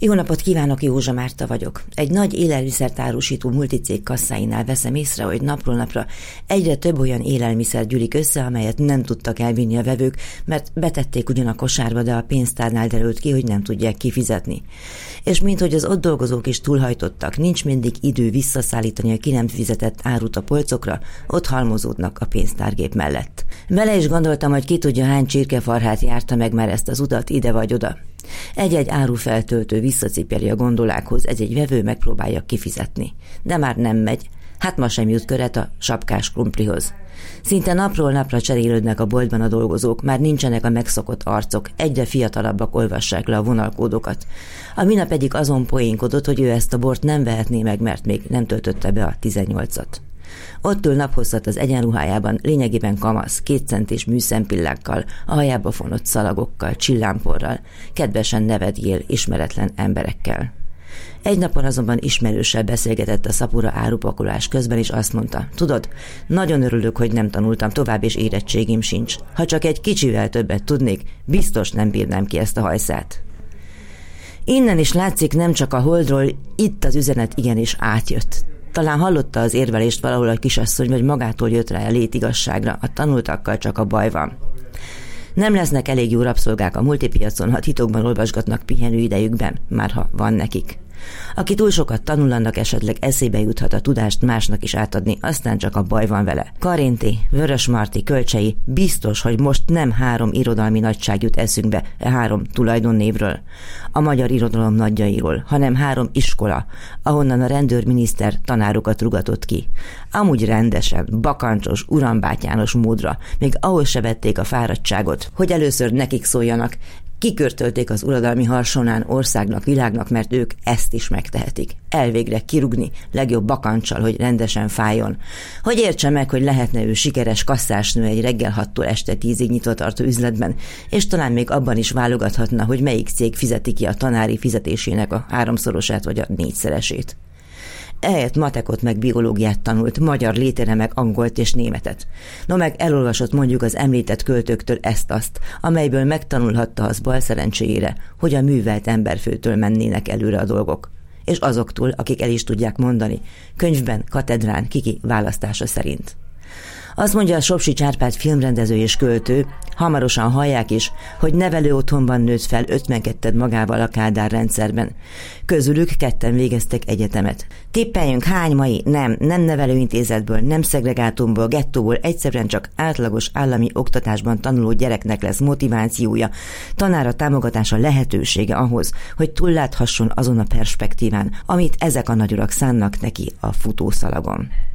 Jó napot kívánok, Józsa Márta vagyok. Egy nagy élelmiszert árusító multicég kasszáinál veszem észre, hogy napról napra egyre több olyan élelmiszer gyűlik össze, amelyet nem tudtak elvinni a vevők, mert betették ugyan a kosárba, de a pénztárnál derült ki, hogy nem tudják kifizetni. És minthogy az ott dolgozók is túlhajtottak, nincs mindig idő visszaszállítani a ki nem fizetett árut a polcokra, ott halmozódnak a pénztárgép mellett. Vele is gondoltam, hogy ki tudja, hány csirkefarhát járta meg már ezt az utat ide vagy oda. Egy-egy árufeltöltő visszacipeli a gondolákhoz, egy-egy vevő megpróbálja kifizetni. De már nem megy. Hát ma sem jut köret a sapkás krumplihoz. Szinte napról napra cserélődnek a boltban a dolgozók, már nincsenek a megszokott arcok, egyre fiatalabbak olvassák le a vonalkódokat. A minap pedig azon poénkodott, hogy ő ezt a bort nem vehetné meg, mert még nem töltötte be a 18-at. Ott ül naphosszat az egyenruhájában, lényegében kamasz, 2 centis műszempillákkal, a hajába fonott szalagokkal, csillámporral, kedvesen nevetgél ismeretlen emberekkel. Egy napon azonban ismerőssel beszélgetett a szapura árupakolás közben, és azt mondta: tudod, nagyon örülök, hogy nem tanultam tovább, és érettségim sincs. Ha csak egy kicsivel többet tudnék, biztos nem bírnám ki ezt a hajszát. Innen is látszik, nem csak a Holdról, itt az üzenet igenis átjött. Talán hallotta az érvelést valahol a kisasszony, vagy magától jött rá a létigazságra, a tanultakkal csak a baj van. Nem lesznek elég jó rabszolgák a multipiacon, ha titokban olvasgatnak pihenő idejükben, már ha van nekik. Aki túl sokat tanul, annak esetleg eszébe juthat a tudást másnak is átadni, aztán csak a baj van vele. Karinti, Vörösmarty, Kölcsey, biztos, hogy most nem 3 irodalmi nagyság jut eszünkbe 3 tulajdonnévről, a magyar irodalom nagyjairól, hanem 3 iskola, ahonnan a rendőrminiszter tanárokat rugatott ki. Amúgy rendesen, bakancsos, urambátyános módra, még ahhoz se vették a fáradtságot, hogy először nekik szóljanak. Kikörtölték az uradalmi harsonán országnak, világnak, mert ők ezt is megtehetik. Elvégre kirugni, legjobb bakancsal, hogy rendesen fájjon. Hogy értse meg, hogy lehetne ő sikeres kasszásnő egy reggel 6-tól este 10-ig nyitva tartó üzletben, és talán még abban is válogathatna, hogy melyik cég fizeti ki a tanári fizetésének a 3-szorosát vagy a 4-szeresét. Ehelyett matekot meg biológiát tanult, magyar létére meg angolt és németet. No meg elolvasott mondjuk az említett költőktől ezt-azt, amelyből megtanulhatta az bal szerencséjére, hogy a művelt emberfőtől mennének előre a dolgok. És azoktól, akik el is tudják mondani, könyvben, katedrán, kiki választása szerint. Azt mondja a Sopsics Árpád filmrendező és költő, hamarosan hallják is, hogy nevelő otthonban nőtt fel 52 magával a Kádár rendszerben. Közülük 2 végeztek egyetemet. Tippeljünk, hány mai nem nevelőintézetből, nem szegregátumból, gettóból, egyszerűen csak átlagos állami oktatásban tanuló gyereknek lesz motivációja, tanára támogatása, lehetősége ahhoz, hogy túlláthasson azon a perspektíván, amit ezek a nagyurak szánnak neki a futószalagon.